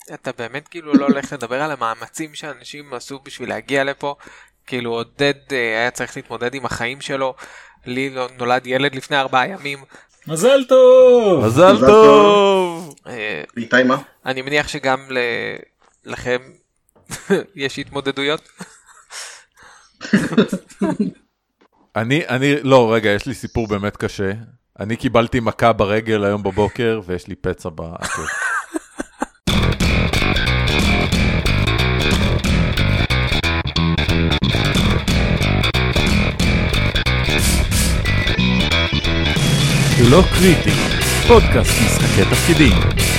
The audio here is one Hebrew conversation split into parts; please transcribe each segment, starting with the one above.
אתה באמת כאילו לא הולך לדבר על המאמצים שאנשים עשו בשביל להגיע לפה, כאילו עודד היה צריך להתמודד עם החיים שלו, לי נולד ילד לפני 4 ימים. מזל טוב! מזל טוב! איתי מה? אני מניח שגם לכם יש התמודדויות. לא, רגע, יש לי סיפור באמת קשה. אני קיבלתי מכה ברגל היום בבוקר, ויש לי פצע בעקב. לא קריטי, פודקאסט משחקי תפקידים.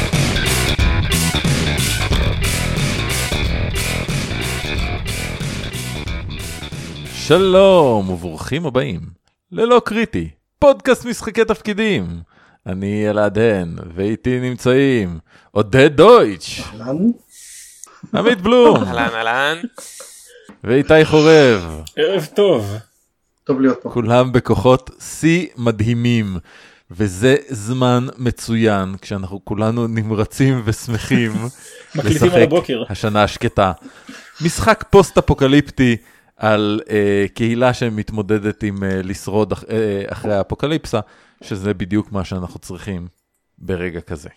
שלום וברוכים הבאים ללא קריטי, פודקאסט משחקי תפקידים. אני אלעד הן, ואיתי נמצאים עודד דויטש, עמית בלום, אהלן. ואיתי חורב. ערב טוב. טוב להיות פה. כולם בכוחות שיא מדהימים, וזה זמן מצוין כשאנחנו כולנו נמרצים ושמחים מקליטים על הבוקר. השנה השקטה. משחק פוסט-אפוקליפטי על קהילה שמתמודדת עם לשרוד אחרי האפוקליפסה, שזה בדיוק מה שאנחנו צריכים ברגע כזה.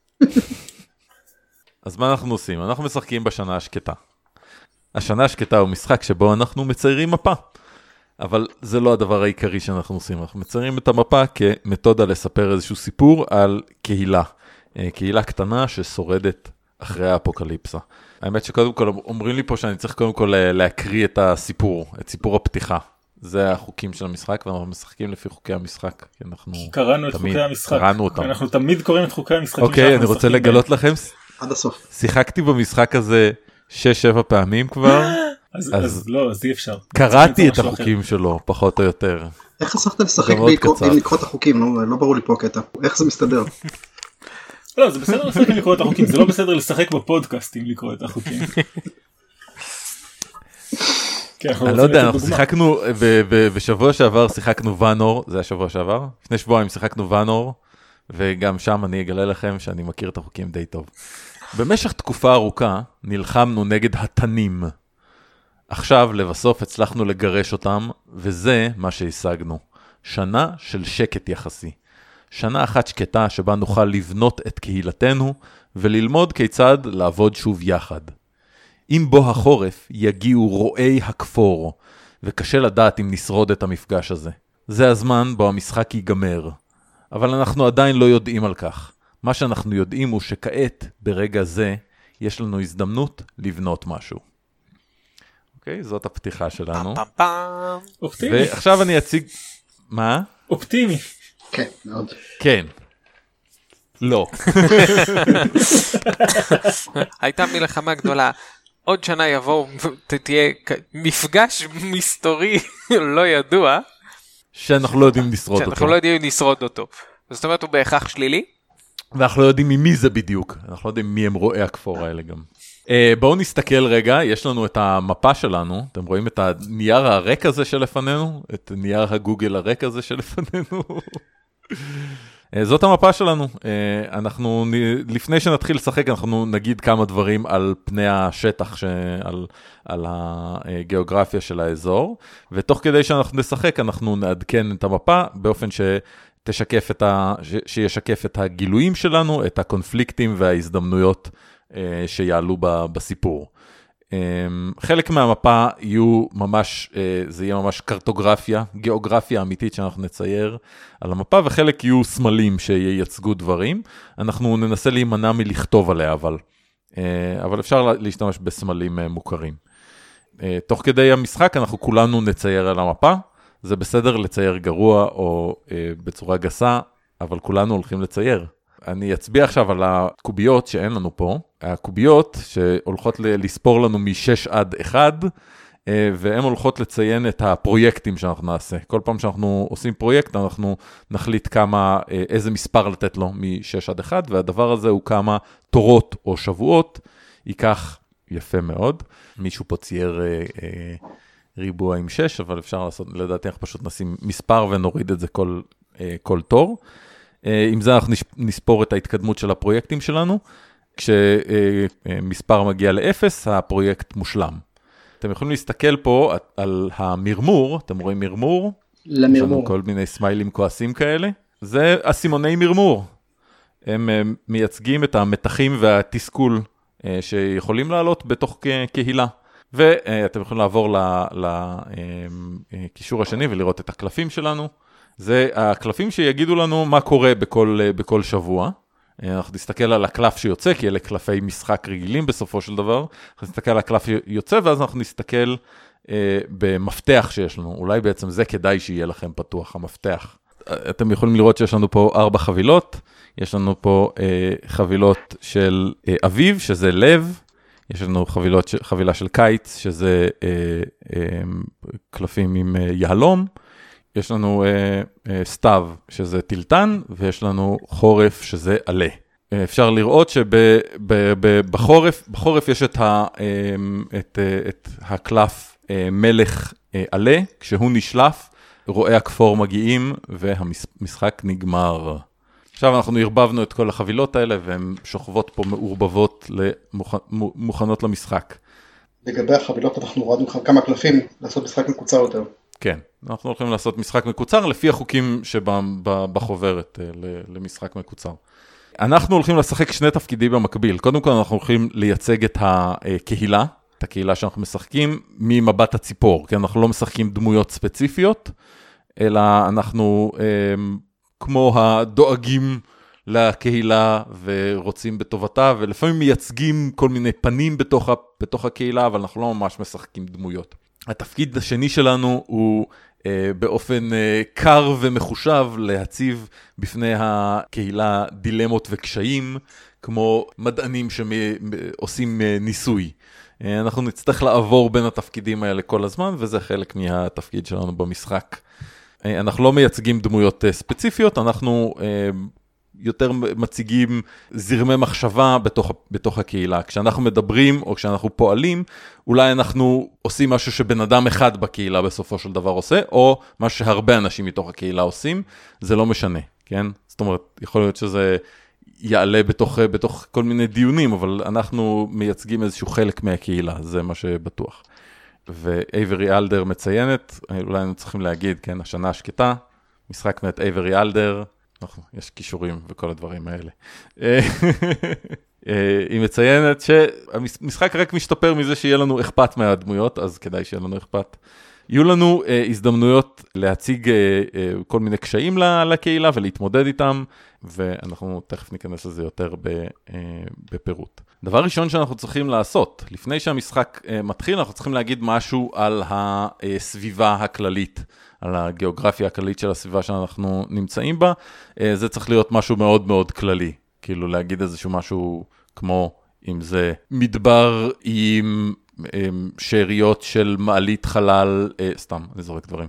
אז מה אנחנו עושים? אנחנו משחקים בשנה השקטה. השנה השקטה הוא משחק שבו אנחנו מציירים מפה. אבל זה לא הדבר העיקרי שאנחנו עושים. אנחנו מציירים את המפה כמתודה לספר איזשהו סיפור על קהילה. קהילה קטנה ששורדת אחרי האפוקליפסה. האמת שקודם כל אומרים לי פה שאני צריך קודם כל להקריא את הסיפור, את סיפור הפתיחה. זה החוקים של המשחק, ואנחנו משחקים לפי חוקי המשחק. קראנו את חוקי המשחק. קראנו אותם. אנחנו תמיד קוראים את חוקי המשחק. אוקיי, אני רוצה לגלות לכם. עד הסוף. שיחקתי במשחק הזה 6-7 פעמים כבר. אז לא, אז אי אפשר. קראתי את החוקים שלו, פחות או יותר. איך חסכת לשחק אם לקרוא את החוקים? לא ברור לי פה הקטע. איך זה מסתדר? לא, זה בסדר לשחק אם לקרוא את החוקים, זה לא בסדר לשחק בפודקאסט אם לקרוא את החוקים. אני לא יודע, אנחנו שיחקנו, בשבוע שעבר שיחקנו ונור, זה השבוע שעבר, לפני שבועיים שיחקנו ונור, וגם שם אני אגלה לכם שאני מכיר את החוקים די טוב. במשך תקופה ארוכה נלחמנו נגד התנים. עכשיו לבסוף הצלחנו לגרש אותם, וזה מה שהשגנו. שנה של שקט יחסי. שנה אחת שקטה שבה נוכל לבנות את קהילתנו, וללמוד כיצד לעבוד שוב יחד. אם בו החורף יגיעו רועי הכפור, וקשה לדעת אם נשרוד את המפגש הזה. זה הזמן בו המשחק ייגמר. אבל אנחנו עדיין לא יודעים על כך. מה שאנחנו יודעים הוא שכעת, ברגע זה, יש לנו הזדמנות לבנות משהו. אוקיי, זאת הפתיחה שלנו. אופטימי. ועכשיו אני אציג... מה? אופטימי. כן, מאוד. כן. לא. הייתה מלחמה גדולה, עוד שנה יבואו, תהיה מפגש מסתורי לא ידוע. שאנחנו לא יודעים לשרוד אותו. שאנחנו לא יודעים לשרוד אותו. זאת אומרת, הוא בהכרח שלילי. ואנחנו לא יודעים ממי זה בדיוק. אנחנו לא יודעים מי הם רואי הכפור האלה גם. בואו נסתכל רגע, יש לנו את המפה שלנו, אתם רואים את הנייר הרק הזה שלפנינו? את נייר הגוגל הרק הזה שלפנינו? זאת המפה שלנו. אנחנו, לפני שנתחיל לשחק, אנחנו נגיד כמה דברים על פני השטח, על הגיאוגרפיה של האזור, ותוך כדי שאנחנו נשחק, אנחנו נעדכן את המפה, באופן שישקף את הגילויים שלנו, את הקונפליקטים וההזדמנויות שיעלו בסיפור. חלק מהמפה יהיו ממש, זה יהיה ממש קרטוגרפיה, גיאוגרפיה אמיתית שאנחנו נצייר על המפה, וחלק יהיו סמלים שייצגו דברים. אנחנו ננסה להימנע מלכתוב עליה, אבל אפשר להשתמש בסמלים מוכרים. תוך כדי המשחק אנחנו כולנו נצייר על המפה, זה בסדר לצייר גרוע או בצורה גסה, אבל כולנו הולכים לצייר. אני אצביע עכשיו על הקוביות שאין לנו פה, הקוביות שהולכות לספור לנו מ-6 עד 1, והן הולכות לציין את הפרויקטים שאנחנו נעשה. כל פעם שאנחנו עושים פרויקט, אנחנו נחליט איזה מספר לתת לו מ-6 עד 1, והדבר הזה הוא כמה תורות או שבועות, ייקח יפה מאוד. מישהו פה צייר ריבוע עם 6, אבל אפשר לעשות, לדעתי אנחנו פשוט נשים מספר ונוריד את זה כל תור. עם זה אנחנו נספור את ההתקדמות של הפרויקטים שלנו. כשמספר מגיע לאפס, הפרויקט מושלם. אתם יכולים להסתכל פה על המרמור, אתם רואים מרמור? למרמור. יש לנו כל מיני סמיילים כועסים כאלה. זה הסימוני מרמור. הם מייצגים את המתחים והתסכול שיכולים לעלות בתוך קהילה. ואתם יכולים לעבור לקישור השני ולראות את הקלפים שלנו. זה הקלפים שיגידו לנו מה קורה בכל שבוע. אנחנו נסתכל על הקלף שיוצא, כי אלה קלפי משחק רגילים בסופו של דבר. אנחנו נסתכל על הקלף שיוצא, ואז אנחנו נסתכל במפתח שיש לנו. אולי בעצם זה כדאי שיהיה לכם פתוח, המפתח. אתם יכולים לראות שיש לנו פה 4 חבילות. יש לנו פה חבילות של אביב, שזה לב. יש לנו חבילה של קיץ, שזה קלפים עם יהלום. יש לנו סתיו, שזה טילטן, ויש לנו חורף, שזה עלה. אפשר לראות שבחורף יש את הקלף מלך עלה, כשהוא נשלף, רואי הכפור מגיעים, והמשחק נגמר. עכשיו אנחנו הרבבנו את כל החבילות האלה, והן שוכבות פה מעורבבות, מוכנות למשחק. לגבי החבילות אנחנו הורדנו כמה קלפים, לעשות משחק מקוצר יותר. כן, אנחנו הולכים לעשות משחק מקוצר, לפי החוקים שבחוברת למשחק מקוצר. אנחנו הולכים לשחק 2 תפקידים במקביל. קודם כל אנחנו הולכים לייצג את הקהילה, את הקהילה שאנחנו משחקים, ממבט הציפור, כי אנחנו לא משחקים דמויות ספציפיות, אלא אנחנו כמו הדואגים לקהילה ורוצים בטובתה, ולפעמים מייצגים כל מיני פנים בתוך הקהילה, אבל אנחנו לא ממש משחקים דמויות. התפקיד השני שלנו הוא באופן קר ומחושב להציב בפני הקהילה דילמות וקשיים, כמו מדענים שעושים ניסוי. אנחנו נצטרך לעבור בין התפקידים האלה כל הזמן, וזה חלק מהתפקיד שלנו במשחק. אנחנו לא מייצגים דמויות ספציפיות, אנחנו יותר מציגים זרמי מחשבה בתוך הקהילה. כשאנחנו מדברים או כשאנחנו פועלים, אולי אנחנו עושים משהו שבן אדם אחד בקהילה בסופו של דבר עושה, או מה שהרבה אנשים מתוך הקהילה עושים, זה לא משנה, כן? זאת אומרת, יכול להיות שזה יעלה בתוך כל מיני דיונים, אבל אנחנו מייצגים איזשהו חלק מהקהילה, זה מה שבטוח. ואייברי אלדר מציינת, אולי אנחנו צריכים להגיד, כן, השנה השקטה, משחק מאת אייברי אלדר, יש קישורים וכל הדברים האלה. היא מציינת שהמשחק רק משתפר מזה שיהיה לנו אכפת מהדמויות, אז כדאי שיהיה לנו אכפת. יהיו לנו הזדמנויות להציג כל מיני קשיים לקהילה ולהתמודד איתם, ואנחנו תכף ניכנס לזה יותר בפירוט. דבר ראשון שאנחנו צריכים לעשות, לפני שהמשחק מתחיל, אנחנו צריכים להגיד משהו על הסביבה הכללית, על הגיאוגרפיה הכללית של הסביבה שאנחנו נמצאים בה. זה צריך להיות משהו מאוד מאוד כללי, כאילו להגיד איזשהו משהו כמו אם זה מדבר עם שאריות של מעלית חלל, סתם, אני זורק דברים.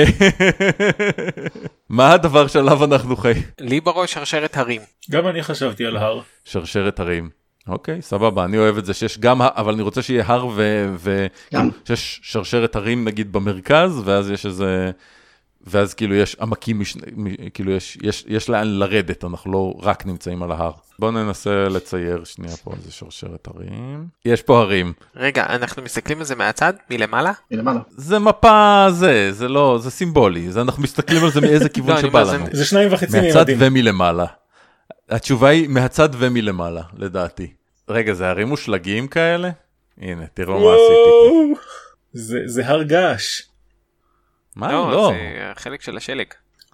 מה הדבר שעליו אנחנו חיים? לי בראש שרשרת הרים. גם אני חשבתי על הר. שרשרת הרים. אוקיי, סבבה, אני אוהב את זה שיש גם, אבל אני רוצה שיהיה הר שיש שרשרת הרים נגיד במרכז, ואז יש איזה, ואז כאילו יש עמקים, כאילו יש לאן לרדת, אנחנו לא רק נמצאים על ההר. בואו ננסה לצייר שנייה פה איזה שרשרת הרים. יש פה הרים. רגע, אנחנו מסתכלים על זה מהצד, מלמעלה? מלמעלה. זה מפה, זה לא, זה סימבולי, אנחנו מסתכלים על זה מאיזה כיוון שבא לנו. זה 2.5 מימדים. מהצד ומלמעלה. התשובה היא מהצד ומלמעלה, לדעתי. רגע, זה הרים מושלגים כאלה? הנה, תראו מה עשיתי פה. זה הר געש. מה? לא. זה החלק של השלג.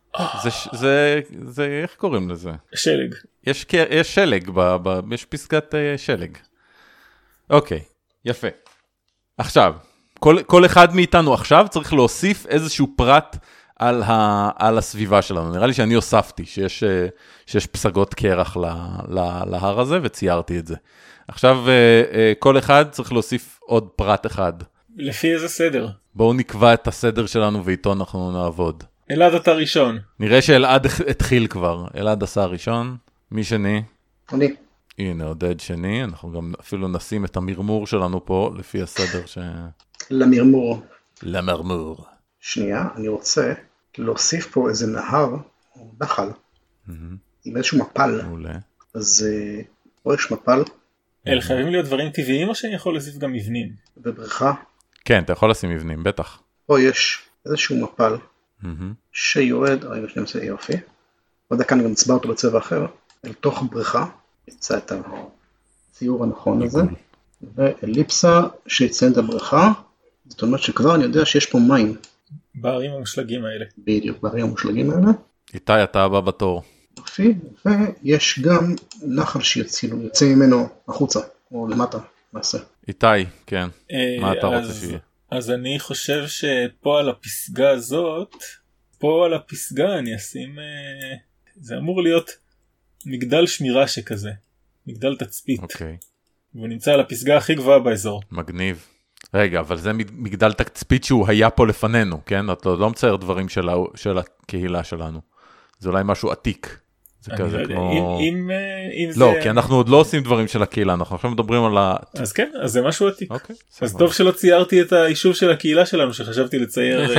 זה, איך קוראים לזה? שלג. יש שלג, יש פסקת שלג. אוקיי, יפה. עכשיו, כל אחד מאיתנו עכשיו צריך להוסיף איזשהו פרט על הסביבה שלנו. נראה לי שאני הוספתי שיש פסגות קרח להר הזה, וציירתי את זה. עכשיו, כל אחד צריך להוסיף עוד פרט אחד. לפי איזה סדר? בואו נקבע את הסדר שלנו ואיתו אנחנו נעבוד. אלעד אתה ראשון. נראה שאלעד התחיל כבר. אלעד עשה ראשון. מי שני? אני. הנה, עודד שני. אנחנו גם אפילו נשים את המרמור שלנו פה, לפי הסדר למרמור. למרמור. שנייה, אני רוצה להוסיף פה איזה נהר, או נחל, עם איזשהו מפל. מעולה. אז פה יש מפל אלה חייבים להיות דברים טבעיים או שאני יכול להוסיף גם מבנים? בבריכה, כן, אתה יכול לשים מבנים, בטח. פה יש איזשהו מפל שיורד, רגע שאני עושה יופי, עוד דקה אני גם אצבע אותו בצבע אחר, אל תוך בריכה, יצא את הציור הנכון הזה, ואליפסה שיציין את הבריכה, זאת אומרת שכבר אני יודע שיש פה מים. בערים המושלגים האלה. בדיוק, בערים המושלגים האלה. איתי, אתה הבא בתור. יופי, ויש גם נחל שיוצא ממנו החוצה, או למטה, מעשה. איתי, כן. מה אתה רוצה שיהיה? אז אני חושב שפה על הפסגה הזאת, פה על הפסגה אני אשים, זה אמור להיות מגדל שמירה שכזה, מגדל תצפית. אוקיי. והוא נמצא על הפסגה הכי גבוהה באזור. מגניב. רגע, אבל זה מגדל תצפית שהוא היה פה לפנינו, כן? אתה לא מצייר דברים של הקהילה שלנו. זה אולי משהו עתיק. זה כזה כמו... לא, כי אנחנו עוד לא עושים דברים של הקהילה, אנחנו עכשיו מדברים על ה... אז כן, אז זה משהו עתיק. אז טוב שלא ציירתי את היישוב של הקהילה שלנו, שחשבתי לצייר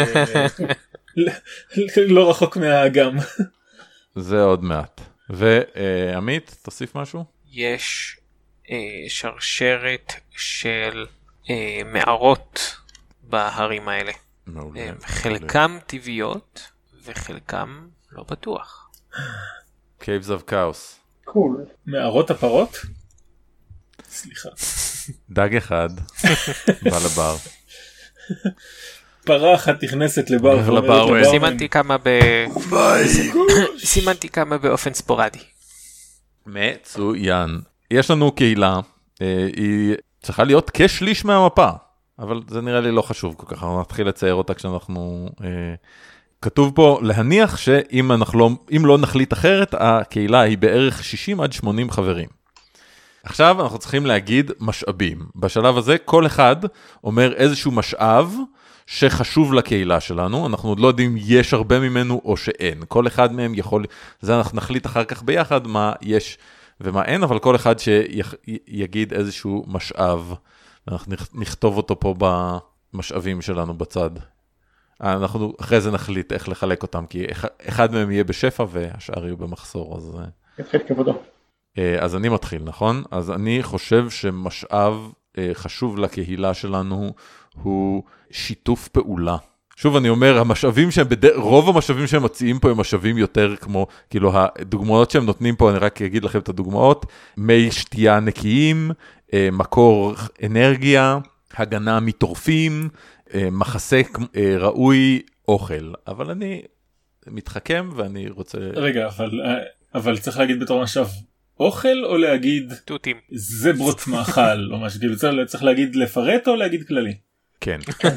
לא רחוק מהאגם. זה עוד מעט. ועמית, תוסיף משהו? יש שרשרת של מערות בהרים האלה. חלקם טבעיות וחלקם לא בטוח. Caves of Chaos. קול. מערות הפרות? סליחה. דג אחד, בא לבר. פרה אחת נכנסת לבר. סימנתי כמה באופן ספורדי. מצוין. יש לנו קהילה, היא צריכה להיות כשליש מהמפה, אבל זה נראה לי לא חשוב כל כך, אנחנו נתחיל לצייר אותה כשאנחנו... כתוב פה להניח שאם לא נחליט אחרת, הקהילה היא בערך 60 עד 80 חברים. עכשיו אנחנו צריכים להגיד משאבים. בשלב הזה כל אחד אומר איזשהו משאב שחשוב לקהילה שלנו, אנחנו עוד לא יודעים יש הרבה ממנו או שאין. כל אחד מהם יכול, זה אנחנו נחליט אחר כך ביחד מה יש ומה אין, אבל כל אחד שיגיד איזשהו משאב, אנחנו נכתוב אותו פה במשאבים שלנו בצד. אנחנו אחרי זה נחליט איך לחלק אותם, כי אחד מהם יהיה בשפע והשאר יהיו במחסור. אז אני מתחיל, נכון? אז אני חושב שמשאב חשוב לקהילה שלנו הוא שיתוף פעולה. שוב אני אומר, המשאבים רוב המשאבים שהם מציעים פה הם משאבים יותר כמו, כאילו הדוגמאות שהם נותנים פה, אני רק אגיד לכם את הדוגמאות, מי שתייה נקיים, מקור אנרגיה, הגנה מטורפים, מחסה ראוי אוכל, אבל אני מתחכם ואני רוצה... רגע, אבל צריך להגיד בתור משאב אוכל או להגיד תותים. זה ברוט מאכל או משהו, כאילו צריך להגיד לפרט או להגיד כללי? כן.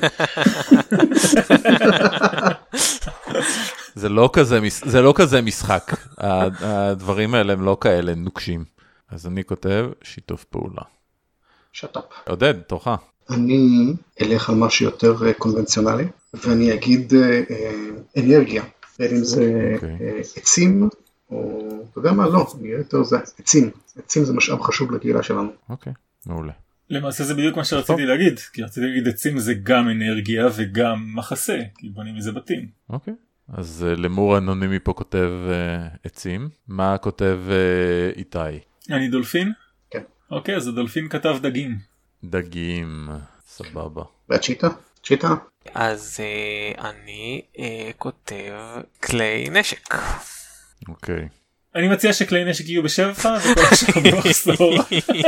זה לא כזה משחק, הדברים האלה הם לא כאלה נוקשים, אז אני כותב שיתוף פעולה. שטאפ. עודד, תורך. אני אלך על משהו יותר קונבנציונלי, ואני אגיד אנרגיה, בין אם זה עצים, או אתה יודע מה? לא, אני אראה יותר זה עצים. עצים זה משאב חשוב לקהילה שלנו. אוקיי, מעולה. למעשה זה בדיוק מה שרציתי להגיד, כי רציתי להגיד עצים זה גם אנרגיה וגם מחסה, כי בונים מזה בתים. אוקיי, אז למור אנונימי פה כותב עצים, מה כותב איתי? אני דולפין? כן. אוקיי, אז הדולפין כתב דגים. דגים, סבבה. והצ'יטה? צ'יטה? אז אני כותב כלי נשק. אוקיי. אני מציע שכלי נשק יהיו בשפע וכל השאר במחסור.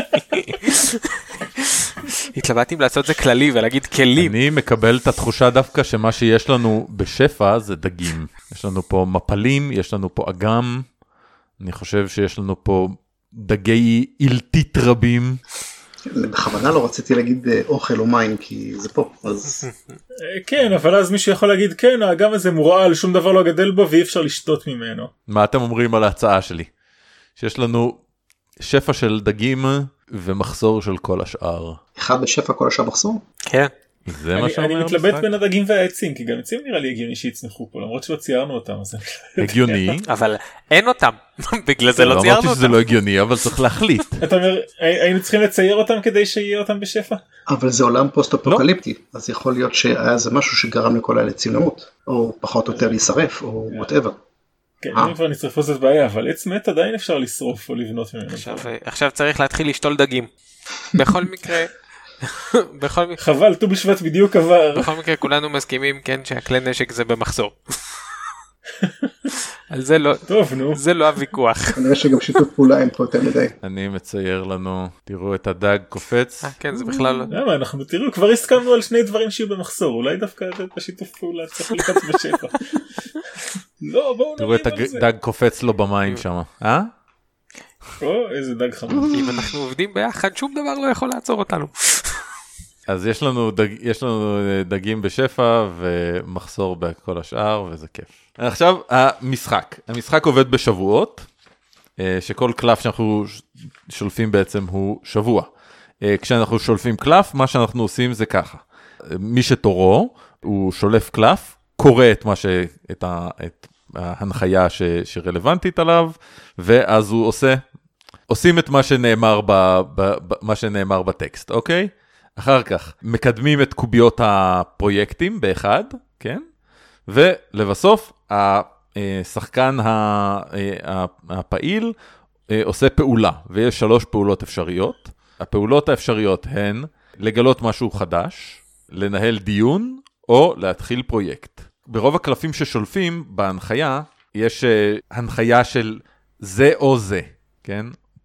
התלבטתי אם לעשות זה כללי ולהגיד כלים. אני מקבל את התחושה דווקא שמה שיש לנו בשפע זה דגים. יש לנו פה מפלים, יש לנו פה אגם, אני חושב שיש לנו פה דגי אילתית רבים. בכוונה לא רציתי להגיד אוכל או מים כי זה פה, אז... כן, אבל אז מישהו יכול להגיד, כן, האגם הזה מורעל, שום דבר לא גדל בו ואי אפשר לשתות ממנו. מה אתם אומרים על ההצעה שלי? שיש לנו שפע של דגים ומחסור של כל השאר. אחד בשפע כל השאר מחסור? כן. זה מה שאומר אני מתלבט בין הדגים והעצים, כי גם עצים נראה לי הגיוני שיצנחו פה, למרות שלא ציירנו אותם. הגיוני. אבל אין אותם, בגלל זה לא ציירנו אותם. לא אמרתי שזה לא הגיוני, אבל צריך להחליט. אתה אומר, היינו צריכים לצייר אותם כדי שיהיה אותם בשפע? אבל זה עולם פוסט-אפוקליפטי, אז יכול להיות שהיה זה משהו שגרם לכל העצים למות, או פחות או יותר להישרף, או whatever. כן, אם כבר נשרפו זאת בעיה, אבל עץ מת עדיין אפשר לשרוף או לבנות ממנו. עכשיו צריך להתחיל לשתול דגים. בכל מקרה, חבל, ט"ו בשבט בדיוק עבר. בכל מקרה כולנו מסכימים, כן, שהכלי נשק זה במחסור. על זה לא, טוב, נו. זה לא הוויכוח. כנראה שגם שיתוף פעולה אין פה יותר מדי. אני מצייר לנו, תראו את הדג קופץ. כן, זה בכלל לא. למה, אנחנו תראו, כבר הסכמנו על שני דברים שיהיו במחסור, אולי דווקא את השיתוף פעולה צריך לקחת בשפע. לא, בואו תראו את הדג קופץ לו במים שם, או, איזה דג חמוד. אם אנחנו עובדים ביחד, שום דבר לא יכול לעצור אותנו. אז יש לנו דגים בשפע ומחסור בכל השאר, וזה כיף. עכשיו, המשחק עובד בשבועות, שכל קלף שאנחנו שולפים בעצם הוא שבוע. כשאנחנו שולפים קלף, מה שאנחנו עושים זה ככה. מי שתורו, הוא שולף קלף, קורא את ההנחיה שרלוונטית עליו, ואז הוא עושים את מה שנאמר בטקסט, אוקיי? אחר כך מקדמים את קוביות הפרויקטים באחד, כן? ולבסוף השחקן הפעיל עושה פעולה, ויש 3 פעולות אפשריות. הפעולות האפשריות הן לגלות משהו חדש, לנהל דיון או להתחיל פרויקט. ברוב הקלפים ששולפים בהנחיה יש הנחיה של זה או זה, כן?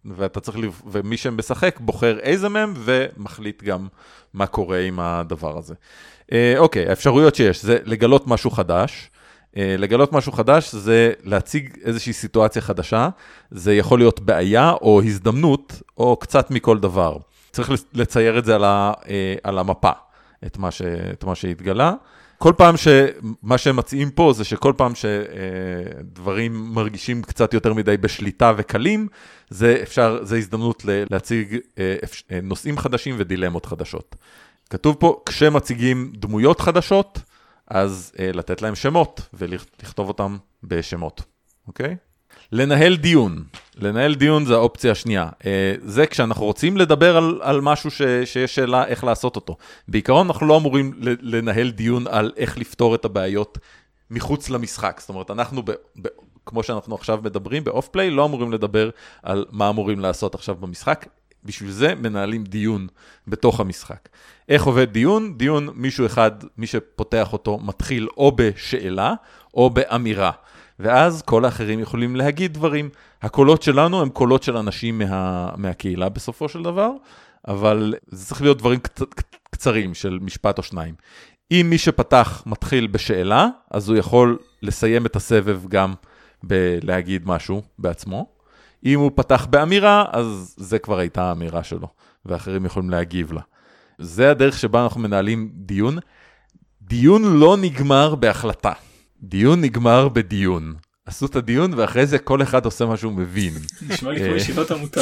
ומי שמשחק בוחר איזה מהם ומחליט גם מה קורה עם הדבר הזה. אוקיי, האפשרויות שיש זה לגלות משהו חדש. לגלות משהו חדש זה להציג איזושהי סיטואציה חדשה. זה יכול להיות בעיה או הזדמנות או קצת מכל דבר. צריך לצייר את זה על המפה, את מה שהתגלה. כל פעם שמה שהם מציעים פה זה שכל פעם שדברים מרגישים קצת יותר מדי בשליטה וקלים, זה הזדמנות להציג נושאים חדשים ודילמות חדשות. כתוב פה, כשמציגים דמויות חדשות, אז לתת להם שמות ולכתוב אותם בשמות. אוקיי? לנהל דיון. לנהל דיון זה האופציה השנייה. זה כשאנחנו רוצים לדבר על משהו שיש שאלה איך לעשות אותו. בעיקרון אנחנו לא אמורים לנהל דיון על איך לפתור את הבעיות מחוץ למשחק. זאת אומרת, אנחנו, כמו שאנחנו עכשיו מדברים באוף-פליי, לא אמורים לדבר על מה אמורים לעשות עכשיו במשחק. בשביל זה מנהלים דיון בתוך המשחק. איך עובד דיון? דיון, מישהו אחד, מי שפותח אותו, מתחיל או בשאלה או באמירה. ואז כל האחרים יכולים להגיד דברים. הקולות שלנו הם קולות של אנשים מהקהילה בסופו של דבר, אבל זה צריך להיות דברים קצרים של משפט או שניים. אם מי שפתח מתחיל בשאלה, אז הוא יכול לסיים את הסבב גם בלהגיד משהו בעצמו. אם הוא פתח באמירה, אז זה כבר הייתה האמירה שלו, ואחרים יכולים להגיב לה. זה הדרך שבה אנחנו מנהלים דיון. דיון לא נגמר בהחלטה. דיון נגמר בדיון. עשו את הדיון, ואחרי זה כל אחד עושה מה שהוא מבין. נשמע לי כמו ישיבת עמותה.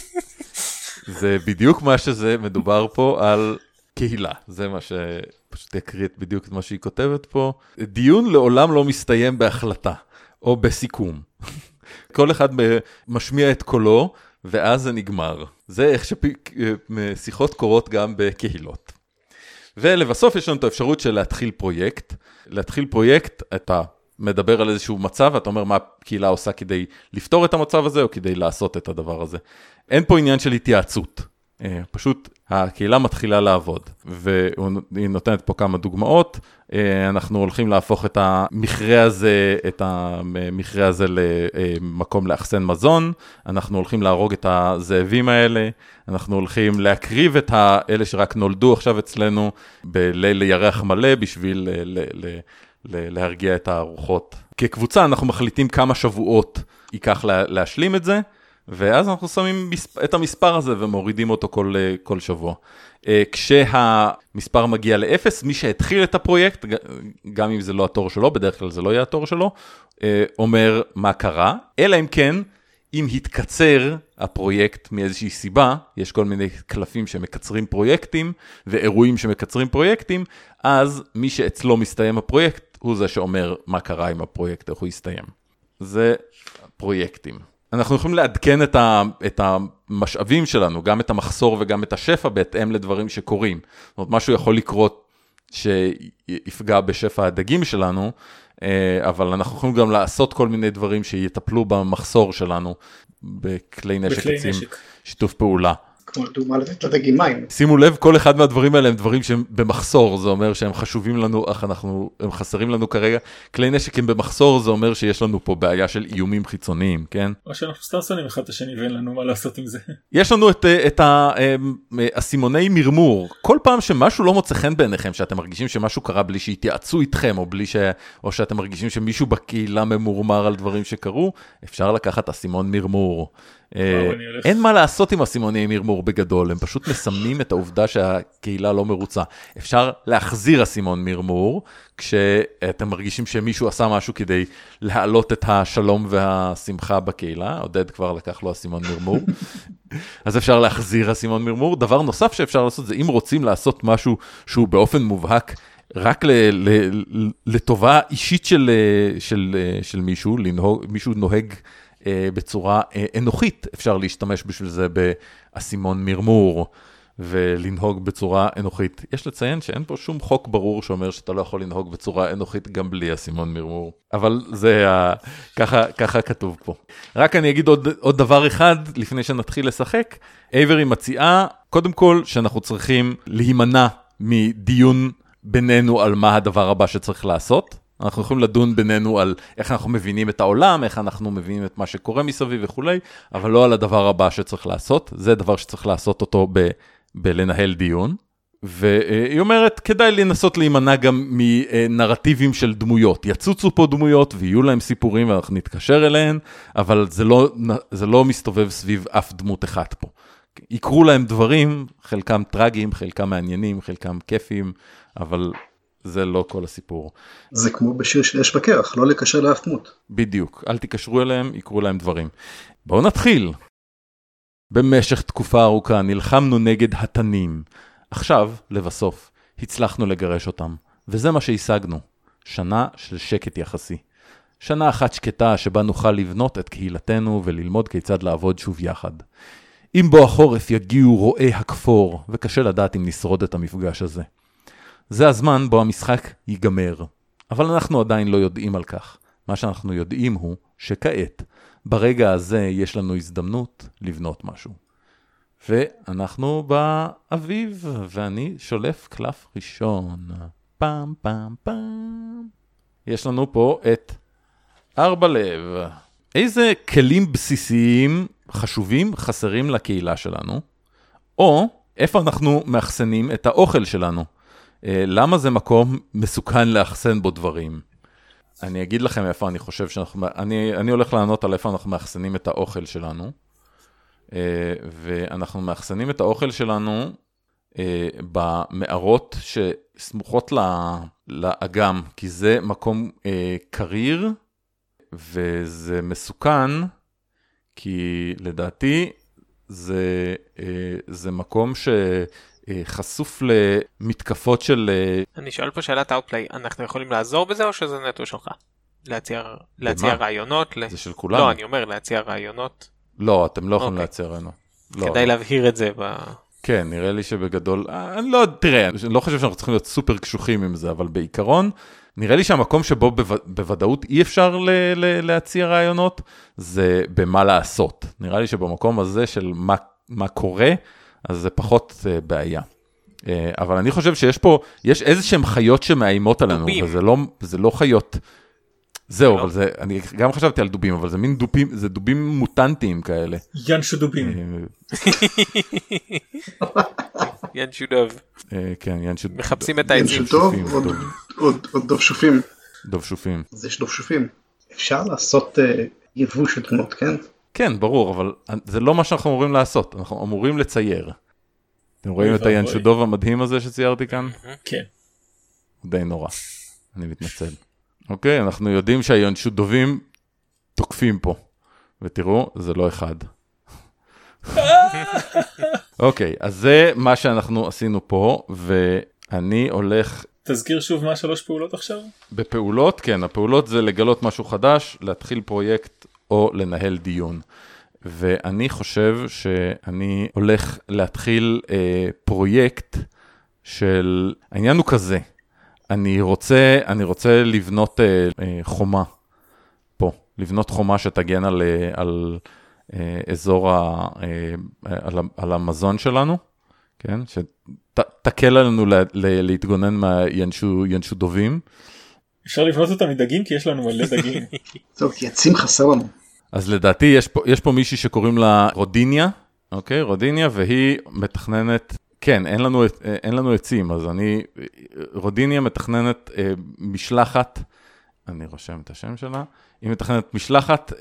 זה בדיוק מה שזה מדובר פה על קהילה. זה מה שפשוט יקריא בדיוק את מה שהיא כותבת פה. דיון לעולם לא מסתיים בהחלטה, או בסיכום. כל אחד משמיע את קולו, ואז זה נגמר. זה איך ששיחות קורות גם בקהילות. ולבסוף יש לנו את האפשרות של להתחיל פרויקט. להתחיל פרויקט, אתה מדבר על איזשהו מצב, אתה אומר מה הקהילה עושה כדי לפתור את המצב הזה, או כדי לעשות את הדבר הזה. אין פה עניין של התייעצות. פשוט הקהילה מתחילה לעבוד, והיא נותנת פה כמה דוגמאות. אנחנו הולכים להפוך את המכרה הזה למקום לאחסן מזון, אנחנו הולכים להרוג את הזאבים האלה, אנחנו הולכים להקריב את האלה שרק נולדו עכשיו אצלנו בליל ירח מלא בשביל להרגיע את הרוחות. כקבוצה אנחנו מחליטים כמה שבועות ייקח להשלים את זה, ואז אנחנו שמים את המספר הזה ומורידים אותו כל שבוע. כשהמספר מגיע ל0, מי שהתחיל את הפרויקט, גם אם זה לא התור שלו, בדרך כלל זה לא יהיה התור שלו, אומר מה קרה, אלא אם כן, אם התקצר הפרויקט מאיזושהי סיבה, יש כל מיני קלפים שמקצרים פרויקטים, ואירועים שמקצרים פרויקטים, אז מי שאצלו מסתיים הפרויקט, הוא זה שאומר מה קרה עם הפרויקט, איך הוא יסתיים. זה פרויקטים. אנחנו יכולים לעדכן את המשאבים שלנו, גם את המחסור וגם את השפע, בהתאם לדברים שקורים. זאת אומרת, משהו יכול לקרות שיפגע בשפע הדגים שלנו, אבל אנחנו יכולים גם לעשות כל מיני דברים שיטפלו במחסור שלנו, בכלי נשק עצים, שיתוף פעולה. כמו דוגמה לתת לדגים מים. שימו לב, כל אחד מהדברים האלה הם דברים שהם במחסור, זה אומר שהם חשובים לנו, הם חסרים לנו כרגע. כלי נשק הם במחסור, זה אומר שיש לנו פה בעיה של איומים חיצוניים, כן? או שאנחנו סתם שונאים אחד את השני ואין לנו מה לעשות עם זה. יש לנו את הסימוני מרמור. כל פעם שמשהו לא מוצא חן בעיניכם, שאתם מרגישים שמשהו קרה בלי שהתייעצו איתכם, או שאתם מרגישים שמישהו בקהילה ממורמר על דברים שקרו, אפשר לקחת הסימון מרמור. אין מה לעשות עם הסימוני מרמור בגדול, הם פשוט מסמנים את העובדה שהקהילה לא מרוצה. אפשר להחזיר הסימון מרמור, כשאתם מרגישים שמישהו עשה משהו כדי להעלות את השלום והשמחה בקהילה, עודד כבר לקח לו הסימון מרמור, אז אפשר להחזיר הסימון מרמור. דבר נוסף שאפשר לעשות זה אם רוצים לעשות משהו שהוא באופן מובהק, רק לטובה אישית של מישהו, מישהו נוהג בצורה אנוכית, אפשר להשתמש בשביל זה באסימון מרמור, ולנהוג בצורה אנוכית. יש לציין שאין פה שום חוק ברור שאומר שאתה לא יכול לנהוג בצורה אנוכית גם בלי אסימון מרמור. אבל זה ככה כתוב פה. רק אני אגיד עוד דבר אחד לפני שנתחיל לשחק. אייברי מציעה, קודם כל, שאנחנו צריכים להימנע מדיון בינינו על מה הדבר הבא שצריך לעשות. אנחנו יכולים לדון בינינו על איך אנחנו מבינים את העולם, איך אנחנו מבינים את מה שקורה מסביב וכו', אבל לא על הדבר הבא שצריך לעשות. זה דבר שצריך לעשות אותו בלנהל דיון. והיא אומרת, כדאי לנסות להימנע גם מנרטיבים של דמויות. יצוצו פה דמויות ויהיו להם סיפורים ואנחנו נתקשר אליהן, אבל זה לא מסתובב סביב אף דמות אחת פה. יקרו להם דברים, חלקם טרגיים, חלקם מעניינים, חלקם כיפיים, אבל זה לא כל הסיפור. זה כמו בשיר של אש בקרח, לא לקשר לאף דמות. בדיוק, אל תקשרו אליהם, יקרו להם דברים. בואו נתחיל. במשך תקופה ארוכה נלחמנו נגד התנים. עכשיו, לבסוף, הצלחנו לגרש אותם, וזה מה שהשגנו. שנה של שקט יחסי. שנה אחת שקטה שבה נוכל לבנות את קהילתנו וללמוד כיצד לעבוד שוב יחד. אם בו החורף יגיעו רועי הכפור, וקשה לדעת אם נשרוד את המפגש הזה. זה הזמן בו המשחק ייגמר, אבל אנחנו עדיין לא יודעים על כך. מה שאנחנו יודעים הוא שכעת, ברגע הזה יש לנו הזדמנות לבנות משהו. ואנחנו באביב, ואני שולף קלף ראשון. פעם, פעם, פעם. יש לנו פה את 4 לב. איזה כלים בסיסיים חשובים חסרים לקהילה שלנו? או איפה אנחנו מאחסנים את האוכל שלנו? למה זה מקום מסוכן לאחסן בו דברים? אני אגיד לכם איפה אני חושב אני הולך לענות על איפה אנחנו מאחסנים את האוכל שלנו, ואנחנו מאחסנים את האוכל שלנו במערות שסמוכות לאגם, כי זה מקום קריר, וזה מסוכן, כי לדעתי זה מקום חשוף למתקפות של... אני שואל פה שאלת האוטפליי, אנחנו יכולים לעזור בזה או שזה נטו שלך? להציע רעיונות? זה של כולנו. לא, אני אומר להציע רעיונות. לא, אתם לא יכולים להציע רעיונות. כדאי להבהיר את זה כן, נראה לי שבגדול... תראה, אני לא חושב שאנחנו צריכים להיות סופר קשוחים עם זה, אבל בעיקרון, נראה לי שהמקום שבו בוודאות אי אפשר להציע רעיונות, זה במה לעשות. נראה לי שבמקום הזה של מה קורה, אז זה פחות בעיה. אבל אני חושב שיש פה, יש איזשהם חיות שמאיימות עלינו, וזה לא חיות. זהו, אבל זה, אני גם חשבתי על דובים, אבל זה מין דובים, זה דובים מוטנטיים כאלה. ינשו דובים. ינשו דוב. כן, ינשו דוב. מחפשים את העצים. ינשו דוב, עוד דובשופים. דובשופים. אז יש דובשופים. אפשר לעשות יבוא של תמונות, כן? כן, ברור, אבל זה לא מה שאנחנו אמורים לעשות, אנחנו אמורים לצייר. אתם רואים את הינשו דוב המדהים הזה שציירתי כאן? כן. די נורא, אני מתנצל. אוקיי, אנחנו יודעים שהינשו דובים תוקפים פה, ותראו, זה לא אחד. אוקיי, אז זה מה שאנחנו עשינו פה, ואני הולך... תזכיר שוב מה 3 פעולות עכשיו? בפעולות, כן, הפעולות זה לגלות משהו חדש, להתחיל פרויקט או לנהל דיון. ואני חושב שאני הולך להתחיל פרויקט של... העניין הוא כזה, אני רוצה לבנות חומה פה, לבנות חומה שתגן על אזור, על המזון שלנו, כן? שתקל עלינו להתגונן מהינשודובים. אפשר לבנות אותה מדגים כי יש לנו מלא דגים. טוב, כי עצים חסר לנו. אז לדעתי יש פה מישהי שקוראים לה רודיניה, אוקיי? רודיניה, והיא מתכננת, כן, אין לנו עצים, אז רודיניה מתכננת משלחת, אני רושם את השם שלה, היא מתכננת משלחת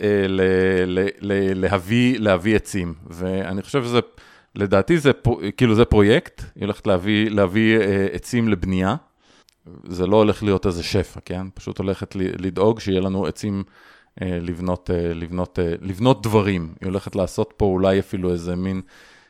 להביא עצים, ואני חושב שזה, לדעתי זה פרויקט, היא הולכת להביא עצים לבנייה, זה לא הולך להיות איזה שפע, כן? פשוט הולכת לדאוג שיהיה לנו עצים לבנות דברים. היא הולכת לעשות פה אולי אפילו איזה מין,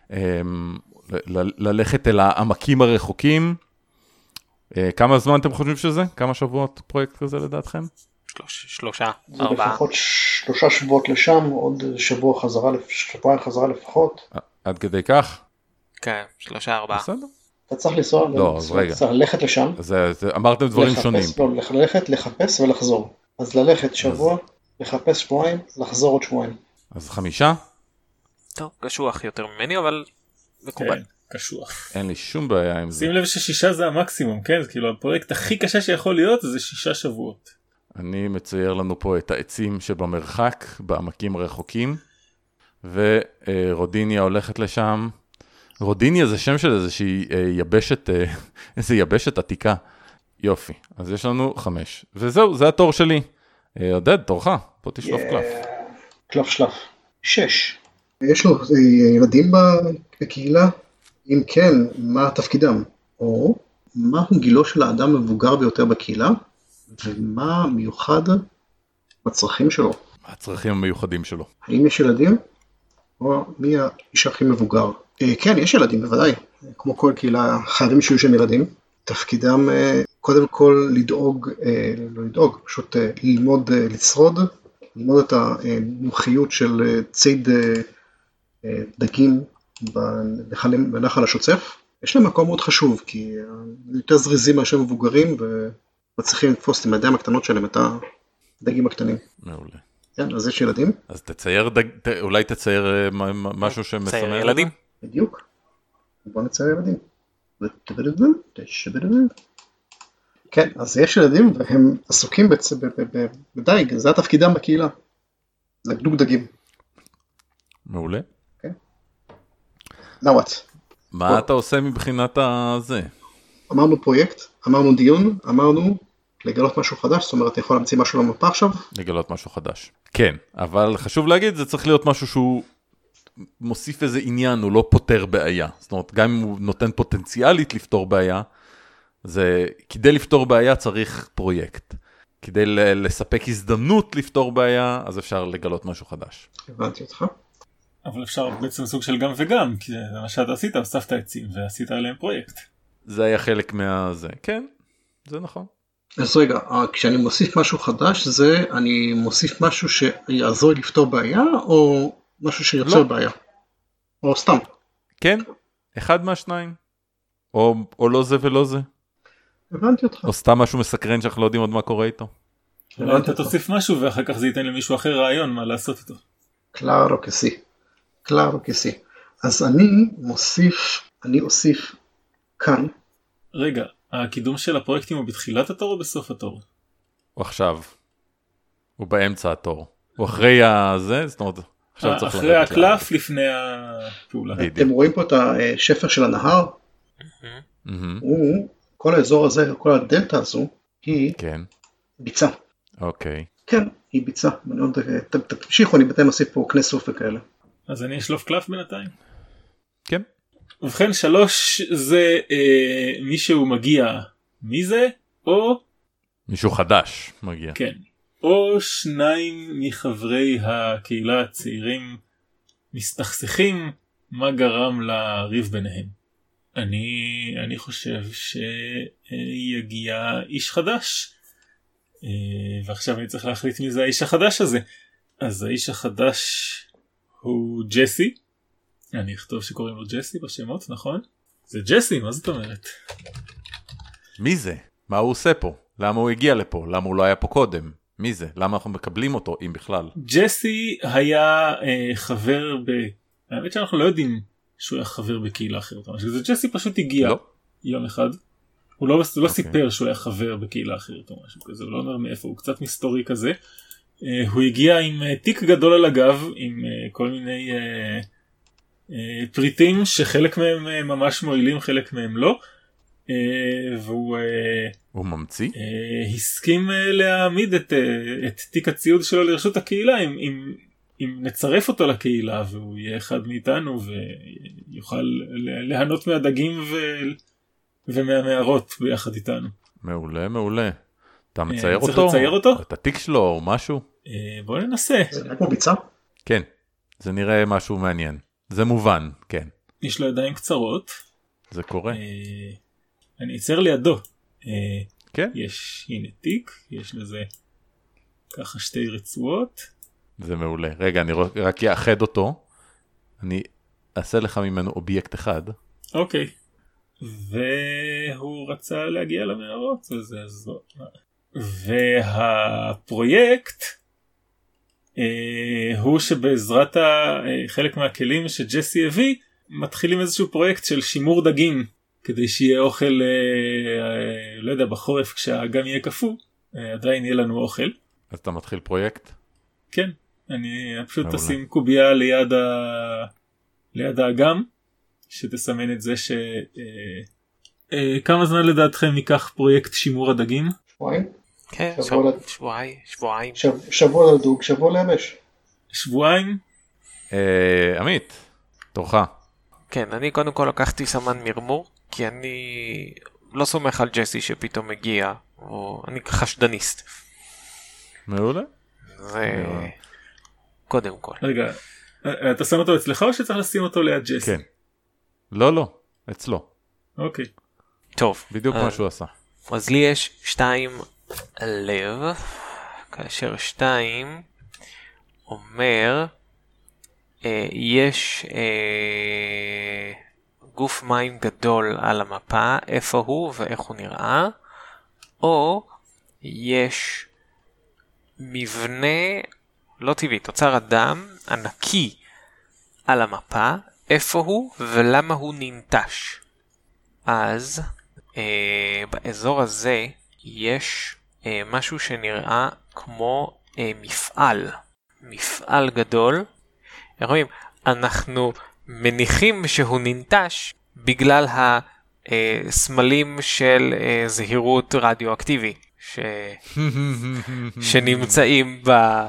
ללכת אל העמקים הרחוקים. כמה זמן אתם חושבים שזה? כמה שבועות פרויקט כזה לדעתכם? 3, 4. זה לפחות 3 שבועות לשם, עוד שבועיים חזרה לפחות. עד כדי כך? כן, 3, 4. בסדר. אתה צריך לנסוע, לא, אז רגע. צריך ללכת לשם. אמרתם דברים שונים. לא, ללכת, לחפש ולחזור. אז ללכת שבוע, לחפש שבועיים, לחזור עוד שבועיים. אז 5? טוב, קשוח יותר ממני, אבל מקובל. כן, קשוח. אין לי שום בעיה עם זה. שים לב ש6 זה המקסימום, כן? כאילו הפרויקט הכי קשה שיכול להיות זה 6 שבועות. אני מצייר לנו פה את העצים שבמרחק, בעמקים רחוקים, ורודיניה הולכת לשם. רודיניה זה שם של איזושהי יבשת עתיקה. יופי, אז יש לנו 5. וזהו, זה התור שלי. עודד, תורך, פה תשלוף קלף. קלף שלף. 6. יש לו ילדים בקהילה? אם כן, מה תפקידם? או מהו גילו של האדם המבוגר ביותר בקהילה? ומה מיוחד בצרכים שלו? הצרכים המיוחדים שלו. האם יש ילדים? או מי האיש הכי מבוגר? כן, יש ילדים, בוודאי. כמו כל קהילה, חייבים שיהיו שם ילדים. תפקידם קודם כל פשוט ללמוד לשרוד, ללמוד את המומחיות של ציד דגים בנחל השוצף. יש להם מקום מאוד חשוב, כי יותר זריזים מאשר מבוגרים, ומצליחים לתפוס עם הידיים הקטנות שלהם את הדגים הקטנים. מעולה. כן, אז יש ילדים. אז אולי תצייר משהו שמסמל. צייר ילדים. בדיוק. בוא נצייר ילדים. כן, אז יש ילדים והם עסוקים בדייג, זה התפקידם בקהילה. זה גדוג דגים. מעולה. Now what? מה אתה עושה מבחינת הזה? אמרנו פרויקט, אמרנו דיון, אמרנו לגלות משהו חדש, זאת אומרת, אתה יכול להמציא משהו למפה עכשיו? לגלות משהו חדש. כן, אבל חשוב להגיד, זה צריך להיות משהו שהוא מוסיף איזה עניין, הוא לא פותר בעיה. זאת אומרת, גם אם הוא נותן פוטנציאלית לפתור בעיה, כדי לפתור בעיה צריך פרויקט. כדי לספק הזדמנות לפתור בעיה, אז אפשר לגלות משהו חדש. הבנתי אותך. אבל אפשר בעצם סוג של גם וגם, כי זה מה שאתה עשית, אספת עצים ועשית עליהם פרויקט. זה היה חלק מהזה. כן, זה נכון. אז רגע, כשאני מוסיף משהו חדש, אני מוסיף משהו שיעזור לפתור בעיה, או משהו שיוצר בעיה? או סתם? כן, אחד מהשניים. או לא זה ולא זה. הבנתי אותך. או סתם משהו מסקרן שאנחנו לא יודעים עוד מה קורה איתו. אולי אתה תוסיף משהו ואחר כך זה ייתן למישהו אחר רעיון מה לעשות איתו. קלארו כסי. אז אני אוסיף כאן. רגע, הקידום של הפרויקטים הוא בתחילת התור או בסוף התור? הוא עכשיו. הוא באמצע התור. הוא אחרי הזה, זאת אומרת, עכשיו צריך אחרי הקלף לפני הפעולה. אתם רואים פה את השפר של הנהר? כל האזור הזה, כל הדלטה הזו, היא ביצה. אוקיי. כן, היא ביצה. תמשיכו, אני בינתיים אוסיף פה קנה סוף וכאלה. אז אני אשלוף קלף בינתיים. כן. ובכן 3 זה מישהו מגיע. מי זה? או? מישהו חדש מגיע. כן. או 2 מחברי הקהילה הצעירים מסתכסכים מה גרם לריב ביניהם. אני חושב שיגיע איש חדש. ועכשיו אני צריך להחליט מי זה האיש החדש הזה. אז האיש החדש הוא ג'סי. אני אכתוב שקוראים לו ג'סי בשמות, נכון? זה ג'סי, מה זאת אומרת? מי זה? מה הוא עושה פה? למה הוא הגיע לפה? למה הוא לא היה פה קודם? מי זה? למה אנחנו מקבלים אותו, אם בכלל? ג'סי היה חבר האמת שאנחנו לא יודעים שהוא היה חבר בקהילה אחרת. ג'סי פשוט הגיע יום אחד. הוא לא סיפר שהוא היה חבר בקהילה אחרת או משהו כזה, הוא לא אומר מאיפה, הוא קצת מסתורי כזה. הוא הגיע עם תיק גדול על הגב, עם כל מיני פריטים שחלק מהם ממש מועילים, חלק מהם לא. והוא ממציא? הסכים להעמיד את תיק הציוד שלו לרשות הקהילה, אם נצרף אותו לקהילה, והוא יהיה אחד מאיתנו, ויוכל ליהנות מהדגים ומהמערות ביחד איתנו. מעולה, מעולה. אתה מצייר אותו? צריך לצייר אותו? את התיק שלו או משהו? בוא ננסה. זה נראה כמו ביצה? כן, זה נראה משהו מעניין. זה מובן, כן. יש לו ידיים קצרות. זה קורה. אני אצייר לידו. כן. יש, הנה תיק, יש לזה ככה שתי רצועות. זה מעולה. רגע, אני רק יאחד אותו. אני אעשה לך ממנו אובייקט אחד. אוקיי. והוא רצה להגיע למערות. והפרויקט הוא שבעזרת חלק מהכלים שג'סי הביא, מתחילים איזשהו פרויקט של שימור דגים, כדי שיהיה אוכל, לא יודע, בחורף כשהאגם יהיה קפוא, עדיין יהיה לנו אוכל. אז אתה מתחיל פרויקט? כן, אני פשוט אשים קובייה ליד האגם, שתסמן את זה כמה זמן לדעתכם ייקח פרויקט שימור הדגים? שבועיים? כן, שבועיים. שבוע לדוג, שבוע ליבש. שבועיים? עמית, תורך. כן, אני קודם כל לקחתי סמן מרמור, כי אני לא סומך על ג'סי שפתאום מגיע, או אני חשדניסט. מעולה. זה קודם כל. רגע, אתה שם אותו אצלך או שצריך לשים אותו ליד ג'סי? כן. לא, אצלו. אוקיי. טוב. בדיוק מה שהוא עשה. אז לי יש 2 לב, כאשר 2 אומר יש גוף מים גדול על המפה, איפה הוא ואיך הוא נראה, או יש מבנה לא טבעי, תוצר אדם ענקי על המפה, איפה הוא ולמה הוא ננטש. אז באזור הזה יש משהו שנראה כמו מפעל גדול. רואים, אנחנו מניחים שהוא ננטש בגלל הסמלים של זהירות רדיואקטיבי שנמצאים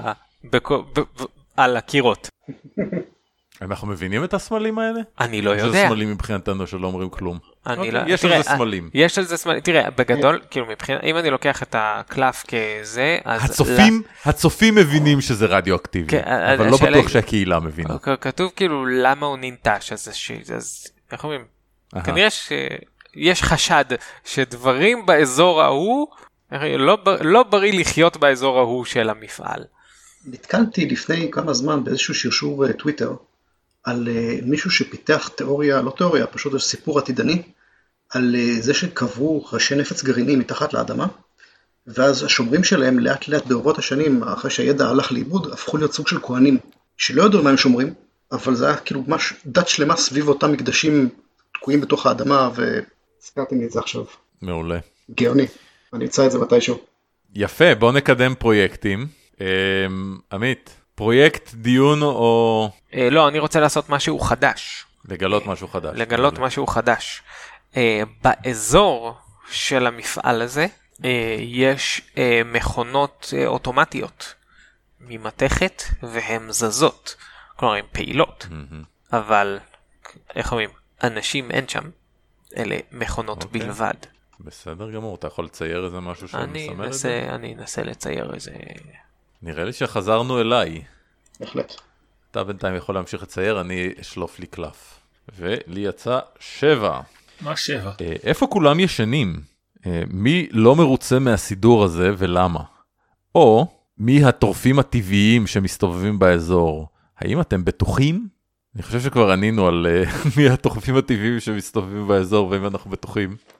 על הקירות. אנחנו מבינים את הסמלים האלה? אני לא יודע. יש סמלים מבחינתנו שלא אומרים כלום. יש על זה סמלים. יש על זה סמלים. תראה, בגדול, כאילו אם אני לוקח את הקלף כזה, אז... הצופים מבינים שזה רדיואקטיבי, אבל לא בטוח שהקהילה מבינה. כתוב כאילו למה הוא ננטש, אז איך אומרים? כנראה שיש חשד שדברים באזור ההוא, לא בריא לחיות באזור ההוא של המפעל. נתקלתי לפני כמה זמן באיזשהו שרשור טוויטר, על מישהו שפיתח תיאוריה, לא תיאוריה, פשוט סיפור עתידני, על זה שקברו ראשי נפץ גרעיני מתחת לאדמה, ואז השומרים שלהם לאט לאט ברבות השנים, אחרי שהידע הלך לאיבוד, הפכו להיות סוג של כהנים, שלא ידעו מה הם שומרים, אבל זה היה כאילו ממש דת שלמה סביב אותם מקדשים תקועים בתוך האדמה, והזכרתי לי את זה עכשיו. מעולה. גאוני, אני אמצא את זה מתישהו. יפה, בוא נקדם פרויקטים. עמית, פרויקט, דיון או... לא, אני רוצה לעשות משהו חדש. לגלות משהו חדש. לגלות משהו חדש. באזור של המפעל הזה יש מכונות אוטומטיות ממתכת והן זזות. כלומר, הן פעילות. אבל, איך אומרים, אנשים אין שם. אלה מכונות בלבד. בסדר גמור, אתה יכול לצייר איזה משהו שמסמל את זה? אני אנסה לצייר איזה... נראה לי שחזרנו אליי. בהחלט. אתה בינתיים יכול להמשיך לצייר, אני אשלוף לי קלף. ולי יצא 7. מה 7? איפה כולם ישנים? מי לא מרוצה מהסידור הזה ולמה? או מי הטורפים הטבעיים שמסתובבים באזור? האם אתם בטוחים? אני חושב שכבר ענינו על מי הטורפים הטבעיים שמסתובבים באזור ואם אנחנו בטוחים.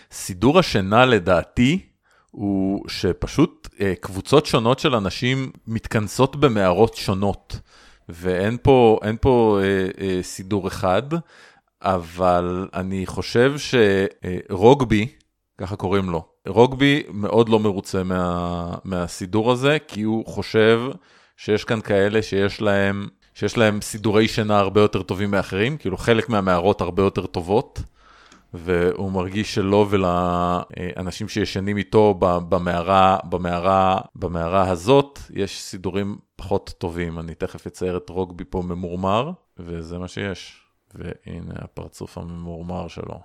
סידור השינה לדעתי, הוא שפשוט קבוצות שונות של אנשים מתכנסות במערות שונות, ואין פה סידור אחד, אבל אני חושב שרוגבי, ככה קוראים לו, רוגבי מאוד לא מרוצה מהסידור הזה, כי הוא חושב שיש כאן כאלה שיש להם סידורי שינה הרבה יותר טובים מאחרים, כאילו חלק מהמערות הרבה יותר טובות, והוא מרגיש שלא ולאנשים שישנים איתו במערה הזאת, יש סידורים פחות טובים. אני תכף אצייר את רוגבי פה ממורמר, וזה מה שיש. והנה הפרצוף הממורמר שלו.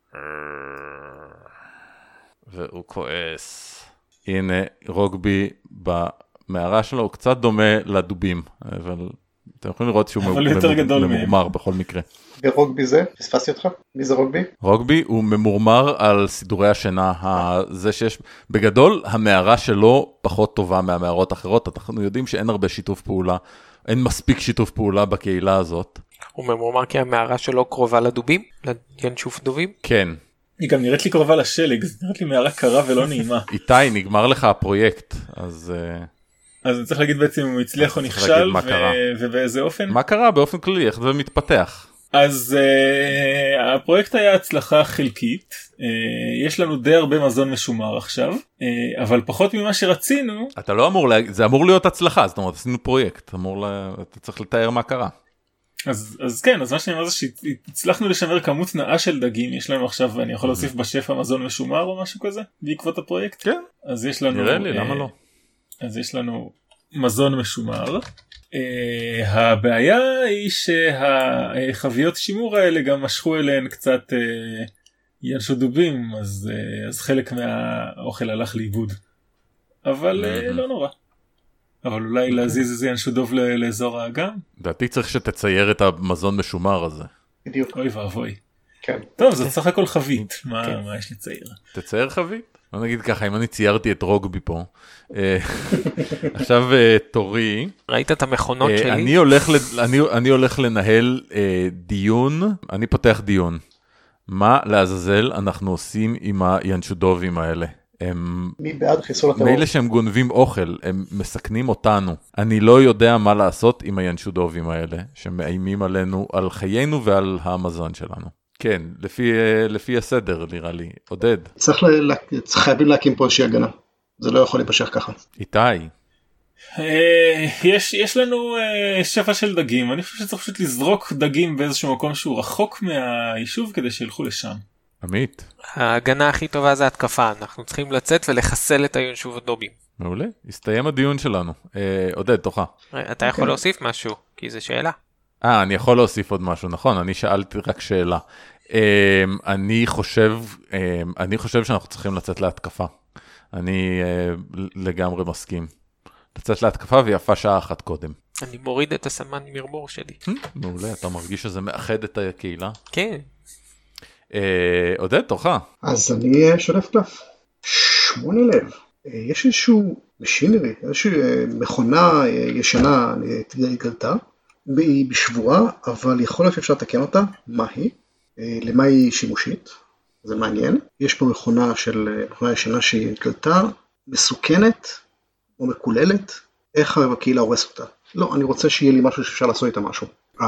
והוא כועס. הנה רוגבי במערה שלו, הוא קצת דומה לדובים, אבל אתם יכולים לראות שהוא ממורמר בכל מקרה. ברוגבי זה? פספסתי אותך? מי זה רוגבי? רוגבי הוא ממורמר על סידורי השינה, זה שיש, בגדול המערה שלו פחות טובה מהמערות האחרות, אנחנו יודעים שאין הרבה שיתוף פעולה, אין מספיק שיתוף פעולה בקהילה הזאת. הוא ממורמר כי המערה שלו קרובה לדובים? לינשוף דובים? כן. היא גם נראית לי קרובה לשלג, זה נראית לי מערה קרה ולא נעימה. איתי, נגמר לך הפרויקט, אז אני צריך להגיד בעצם אם הוא הצליח או נכשל, ובאיזה אופן? מה קרה באופן כללי, איך זה מתפתח? אז הפרויקט היה הצלחה חלקית, יש לנו די הרבה מזון משומר עכשיו, אבל פחות ממה שרצינו. אתה לא אמור, זה אמור להיות הצלחה, זאת אומרת, עשינו פרויקט, אתה צריך לתאר מה קרה. אז כן, אז מה שאני אומר זה שהצלחנו לשמר כמות נאה של דגים, יש לנו עכשיו, אני יכול להוסיף בשפע מזון משומר או משהו כזה, בעקבות הפרויקט. כן, אז יש לנו, נראה לי, למה לא? אז יש לנו מזון משומר. הבעיה היא שהחביות שימור האלה גם משכו אליהן קצת ינשו דובים, אז חלק מהאוכל הלך לאיבוד. אבל לא נורא. אבל אולי להזיז איזה ינשו דוב לאזור האגם? דעתי צריך שתצייר את המזון משומר הזה. בדיוק. אוי ואבוי. כן. טוב, זאת סך הכל חבית. מה יש לצייר? תצייר חבית? לא נגיד ככה, אם אני ציירתי את רוגבי פה, עכשיו תורי. ראית את המכונות שלי? אני הולך לנהל דיון, אני פותח דיון. מה לעזאזל אנחנו עושים עם הינשודובים האלה? מי בעד חיסול הטרור? מאלה שהם גונבים אוכל, הם מסכנים אותנו. אני לא יודע מה לעשות עם הינשודובים האלה, שמאיימים עלינו, על חיינו ועל המזון שלנו. כן, לפי הסדר נראה לי. עודד. חייבים להקים פה איזושהי הגנה. זה לא יכול להימשך ככה. איתי. יש לנו שפע של דגים. אני חושב שצריך פשוט לזרוק דגים באיזשהו מקום שהוא רחוק מהיישוב כדי שילכו לשם. עמית. ההגנה הכי טובה זה התקפה. אנחנו צריכים לצאת ולחסל את היישוב הדובים. מעולה. הסתיים הדיון שלנו. עודד, תורך. אתה יכול להוסיף משהו, כי זו שאלה. אני יכול להוסיף עוד משהו, נכון? אני שאלתי רק שאלה. אני חושב שאנחנו צריכים לצאת להתקפה. אני לגמרי מסכים. לצאת להתקפה ויפה שעה אחת קודם. אני מוריד את הסמן מרמור שלי. מעולה, אתה מרגיש שזה מאחד את הקהילה? כן. עודד, תורך. אז אני שולף קלף. 8 לב. יש איזשהו משינרי, איזושהי מכונה ישנה התגלתה. היא בשבועה, אבל יכול להיות שאפשר לתקן אותה. מה היא? למה היא שימושית? זה מעניין. יש פה מכונה ישנה שהיא התגלתה, מסוכנת או מקוללת. איך הקהילה הורס אותה? לא, אני רוצה שיהיה לי משהו שאפשר לעשות איתה משהו.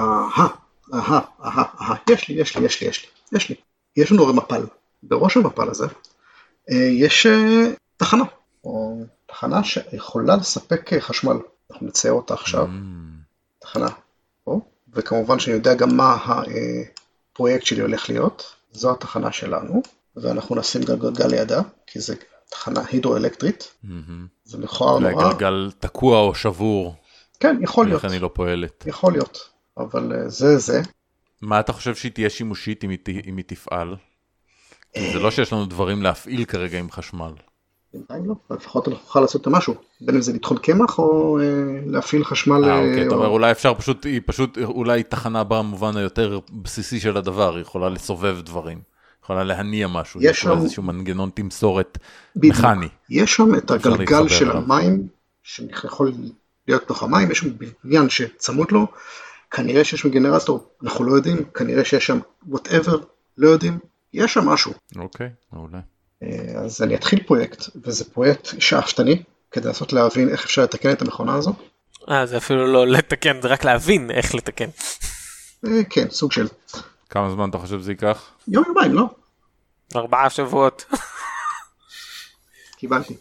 יש לי. יש לנו הרי מפל. בראש המפל הזה יש תחנה, או תחנה שיכולה לספק חשמל. אנחנו נצייר אותה עכשיו. תחנה פה, וכמובן שאני יודע גם מה הפרויקט שלי הולך להיות. זו התחנה שלנו, ואנחנו נשים גלגל לידה, כי זה תחנה הידרואלקטרית. זה מכוער נורא. גלגל תקוע או שבור. כן, יכול להיות. איך אני לא פועלת. יכול להיות, אבל זה. מה אתה חושב שהיא תהיה שימושית אם היא תפעל? זה לא שיש לנו דברים להפעיל כרגע עם חשמל. בינתיים לא, לפחות אנחנו נוכל לעשות משהו, בין אם זה לטחון קמח או להפעיל חשמל. אוקיי, אתה אומר, אולי אפשר פשוט, אולי תחנה במובן היותר בסיסי של הדבר, היא יכולה לסובב דברים, יכולה להניע משהו, יש שם איזשהו מנגנון תמסורת מכני. יש שם את הגלגל של המים, שיכול להיות תוך המים, יש שם בניין שצמוד לו, כנראה שיש מגנרטור, אנחנו לא יודעים, כנראה שיש שם whatever, לא יודעים, יש שם משהו. אוקיי, מעולה. אז אני אתחיל פרויקט, וזה פרויקט שאפתני, כדי לנסות להבין איך אפשר לתקן את המכונה הזו. זה אפילו לא לתקן, זה רק להבין איך לתקן. כן, סוג של. כמה זמן אתה חושב זה ייקח? יומיים, לא? 4 שבועות. קיבלתי.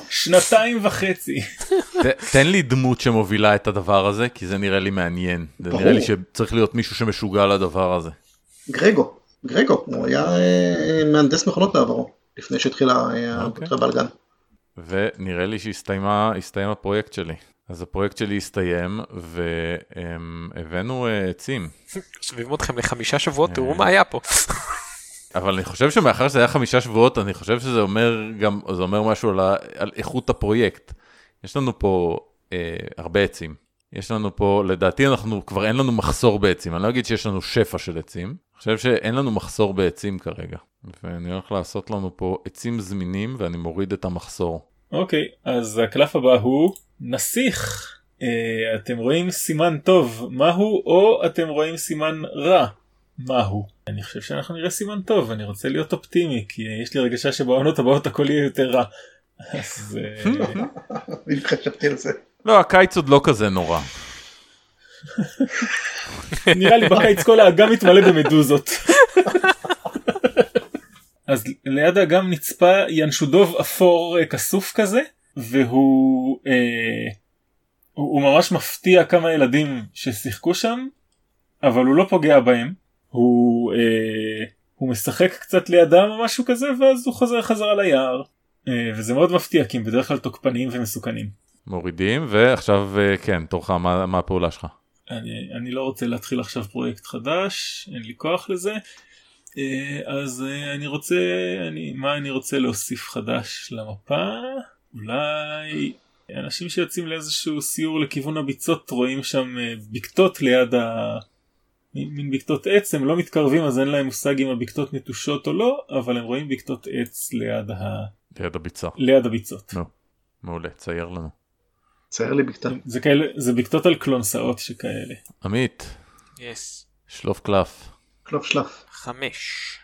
2.5. תן לי דמות שמובילה את הדבר הזה, כי זה נראה לי מעניין. זה נראה לי שצריך להיות מישהו שמשוגע לדבר הזה. גרגו, הוא היה מהנדס מכונות בעברו, לפני שהתחילה הבלגן. ונראה לי שהסתיים הפרויקט שלי. אז הפרויקט שלי הסתיים, והבאנו עצים. שביבים אתכם ל5 שבועות, תראו מה היה פה. אבל אני חושב שמאחר שזה היה 5 שבועות, אני חושב שזה אומר משהו על איכות הפרויקט. יש לנו פה הרבה עצים. יש לנו פה, לדעתי כבר אין לנו מחסור בעצים. אני לא אגיד שיש לנו שפע של עצים. אני חושב שאין לנו מחסור בעצים כרגע. ואני הולך לעשות לנו פה עצים זמינים, ואני מוריד את המחסור. אוקיי, אז הקלף הבא הוא נסיך. אתם רואים סימן טוב, מהו? או אתם רואים סימן רע, מהו? אני חושב שאנחנו נראה סימן טוב, אני רוצה להיות אופטימי, כי יש לי הרגשה שבעונות הבאות הכל יהיה יותר רע. אז... אני חשבתי על זה. לא, הקיץ עוד לא כזה נורא. נראה לי בקיץ כל האגם מתמלא במדוזות. אז ליד האגם נצפה ינשודוב אפור כסוף כזה, והוא ממש מפתיע כמה ילדים ששיחקו שם, אבל הוא לא פוגע בהם. הוא משחק קצת לידם או משהו כזה, ואז הוא חוזר חזרה ליער. וזה מאוד מפתיע, כי הם בדרך כלל תוקפניים ומסוכנים. מורידים, ועכשיו כן, תורך, מה הפעולה שלך? אני לא רוצה להתחיל עכשיו פרויקט חדש, אין לי כוח לזה. אז מה אני רוצה להוסיף חדש למפה? אולי אנשים שיוצאים לאיזשהו סיור לכיוון הביצות רואים שם בקתות ליד מין בקתות עץ, הם לא מתקרבים אז אין להם מושג אם הבקתות נטושות או לא, אבל הם רואים בקתות עץ ליד הביצה. ליד הביצות. מעולה, צייר לנו. צייר לי בקתה. זה בקתות על קלונסאות שכאלה. עמית. יס. שלוף קלף. קלף שלף. 5.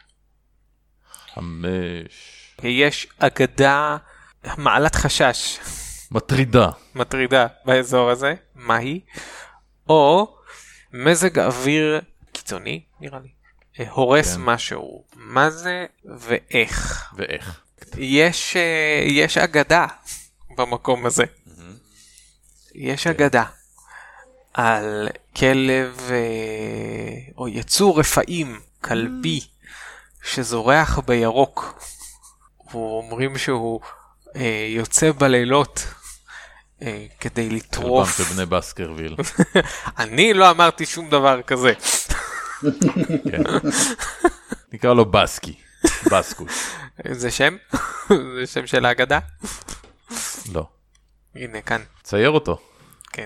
יש אגדה מעלת חשש. מטרידה באזור הזה. מה היא? או מזג אוויר קיצוני, נראה לי. הורס משהו. מה זה ואיך? יש אגדה במקום הזה. יש אגדה על כלב או יצור רפאים, כלבי, שזורח בירוק. אומרים שהוא יוצא בלילות כדי לטרוף. כלבם של בני בסקרוויל. אני לא אמרתי שום דבר כזה. נקרא לו בסקי. בסקוס. זה שם? זה שם של האגדה? לא. הנה כאן. צייר אותו. כן.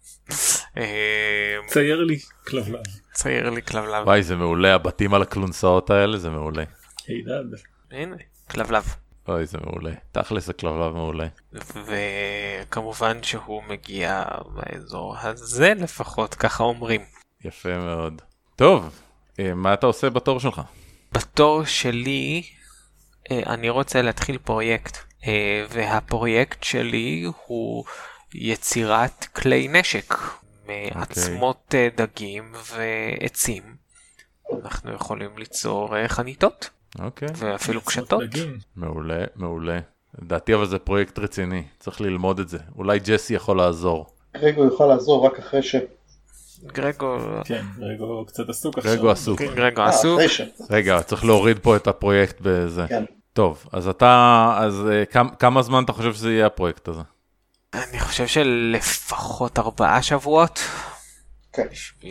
צייר לי כלבלב. צייר לי כלבלב. וואי, זה מעולה, הבתים על הקלונסאות האלה, זה מעולה. הידד. הנה, כלבלב. אוי, זה מעולה. תכלס הכלבלב מעולה. וכמובן שהוא מגיע באזור הזה לפחות, ככה אומרים. יפה מאוד. טוב, מה אתה עושה בתור שלך? בתור שלי, אני רוצה להתחיל פרויקט. והפרויקט שלי הוא יצירת כלי נשק מעצמות דגים ועצים. אנחנו יכולים ליצור חניתות ואפילו קשתות. מעולה, מעולה. לדעתי אבל זה פרויקט רציני, צריך ללמוד את זה. אולי ג'סי יכול לעזור. גרגו יוכל לעזור רק אחרי גרגו קצת עסוק עכשיו. גרגו עסוק. רגע, צריך להוריד פה את הפרויקט בזה. כן. טוב, אז כמה זמן אתה חושב שזה יהיה הפרויקט הזה? אני חושב שלפחות 4 שבועות. כן.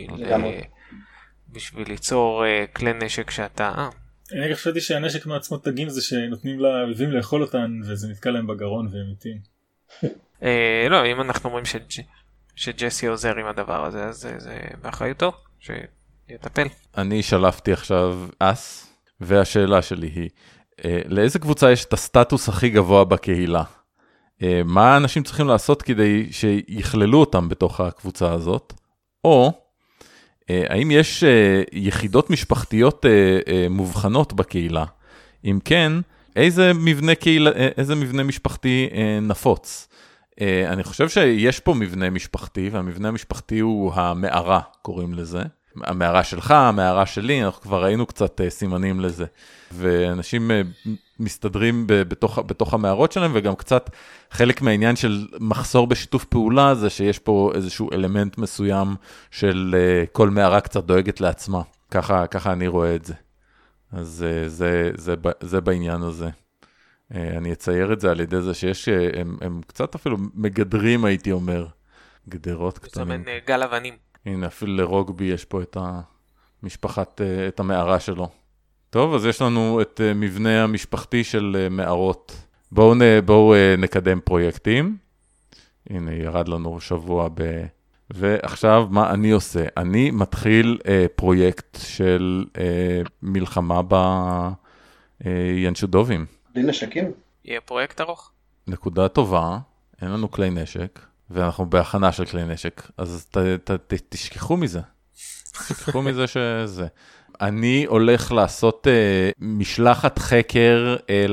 בשביל ליצור כלי נשק שאתה... אני חשבתי שהנשק מעצמות דגים זה שנותנים לאויבים לאכול אותן וזה נתקע להם בגרון והם מתים. לא, אם אנחנו אומרים שג'סי עוזר עם הדבר הזה, אז זה באחריותו, שיטפל. אני שלפתי עכשיו אס, והשאלה שלי היא, לאיזה קבוצה יש את הסטטוס הכי גבוה בקהילה? מה האנשים צריכים לעשות כדי שיכללו אותם בתוך הקבוצה הזאת? או האם יש יחידות משפחתיות מובחנות בקהילה? אם כן, איזה מבנה משפחתי נפוץ? אני חושב שיש פה מבנה משפחתי, והמבנה המשפחתי הוא המערה, קוראים לזה. המערה שלך, המערה שלי, אנחנו כבר ראינו קצת סימנים לזה. ואנשים מסתדרים בתוך המערות שלהם, וגם קצת חלק מהעניין של מחסור בשיתוף פעולה, זה שיש פה איזשהו אלמנט מסוים של כל מערה קצת דואגת לעצמה. ככה אני רואה את זה. אז זה בעניין הזה. אני אצייר את זה על ידי זה שיש, הם קצת אפילו מגדרים, הייתי אומר, גדרות קטנים. זה גל אבנים. הנה, אפילו לרוגבי יש פה את המשפחת, את המערה שלו. טוב, אז יש לנו את מבנה המשפחתי של מערות. בואו נקדם פרויקטים. הנה, ירד לנו שבוע ועכשיו מה אני עושה? אני מתחיל פרויקט של מלחמה בינשודובים. בלי נשקים? יהיה פרויקט ארוך. נקודה טובה, אין לנו כלי נשק, ואנחנו בהכנה של כלי נשק, אז תשכחו מזה. תשכחו מזה שזה. אני הולך לעשות משלחת חקר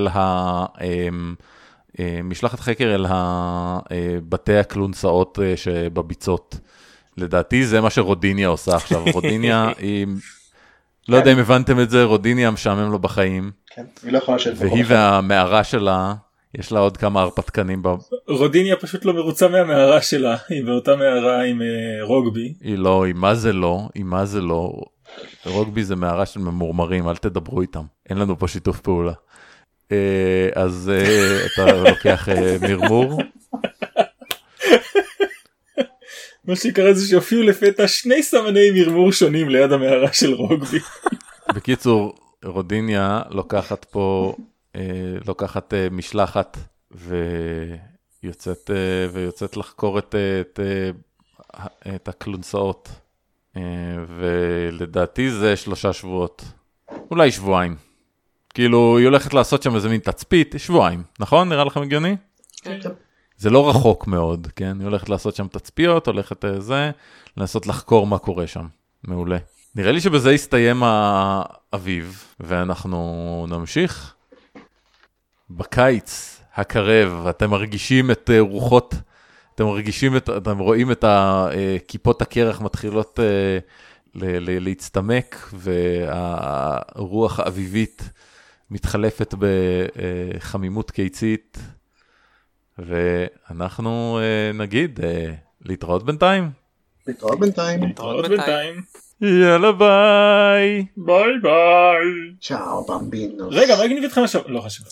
אל בתי הקלונסאות שבביצות. לדעתי זה מה שרודיניה עושה עכשיו. רודיניה היא, לא יודע אם הבנתם את זה, רודיניה משעמם לו בחיים. כן, היא לא יכולה לשבת. והיא והמערה שלה, יש לה עוד כמה הרפתקנים. רודיניה פשוט לא מרוצה מהמערה שלה, היא באותה מערה עם רוגבי. היא לא, היא מה זה לא. רוגבי זה מערה של ממורמרים, אל תדברו איתם. אין לנו פה שיתוף פעולה. אז אתה לוקח מרמור. מה שקרה זה שהופיעו לפתע שני סמני מרמור שונים ליד המערה של רוגבי. בקיצור, רודיניה לוקחת פה, לוקחת משלחת ויוצאת לחקור את הקלונסאות. ולדעתי זה 3 שבועות. אולי שבועיים. כאילו, היא הולכת לעשות שם איזה מין תצפית, שבועיים, נכון? נראה לכם הגיוני? כן. זה לא רחוק מאוד, כן? היא הולכת לעשות שם תצפיות, הולכת לנסות לחקור מה קורה שם. מעולה. נראה לי שבזה יסתיים האביב, ואנחנו נמשיך. בקיץ הקרב, אתם מרגישים את רוחות, אתם רואים את כיפות הקרח מתחילות להצטמק, והרוח האביבית מתחלפת בחמימות קיצית, ואנחנו נגיד, להתראות בינתיים. להתראות בינתיים. להתראות בינתיים. יאללה ביי. ביי ביי. צ'או במבינו. רגע, מה הגניב איתכם עכשיו? לא חשוב.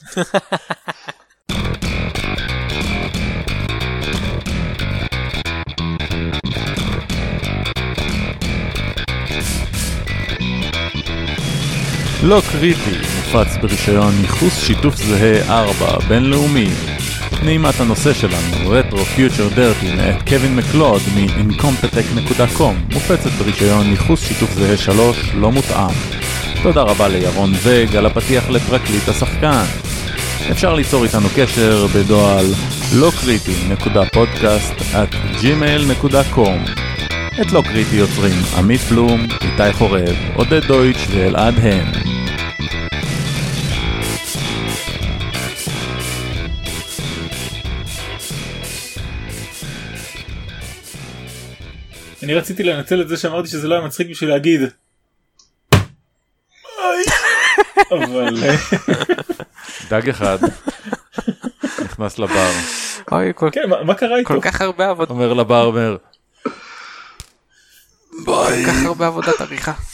לא קריטי, מופץ ברישיון ייחוס שיתוף זהה 4 בינלאומי. נעימת הנושא שלנו, רטרו פיוטר דרטי מאת קווין מקלוד מ-incompetech.com, מופצת ברישיון ייחוס שיתוף זהה 3 לא מותאם. תודה רבה לירון וג על הפתיח לפרקליט השחקן. אפשר ליצור איתנו קשר בדואל locritty.podcast@gmail.com. את לא קריטי יוצרים עמית בלום, איתי חורב, עודד דויטש ואלעד הן. אני רציתי לנצל את זה שאמרתי שזה לא היה מצחיק בשביל להגיד אבל דג אחד נכנס לבר. כן, מה קרה איתו? כל כך הרבה עבודה. אומר לבר, אומר כל כך הרבה עבודת עריכה.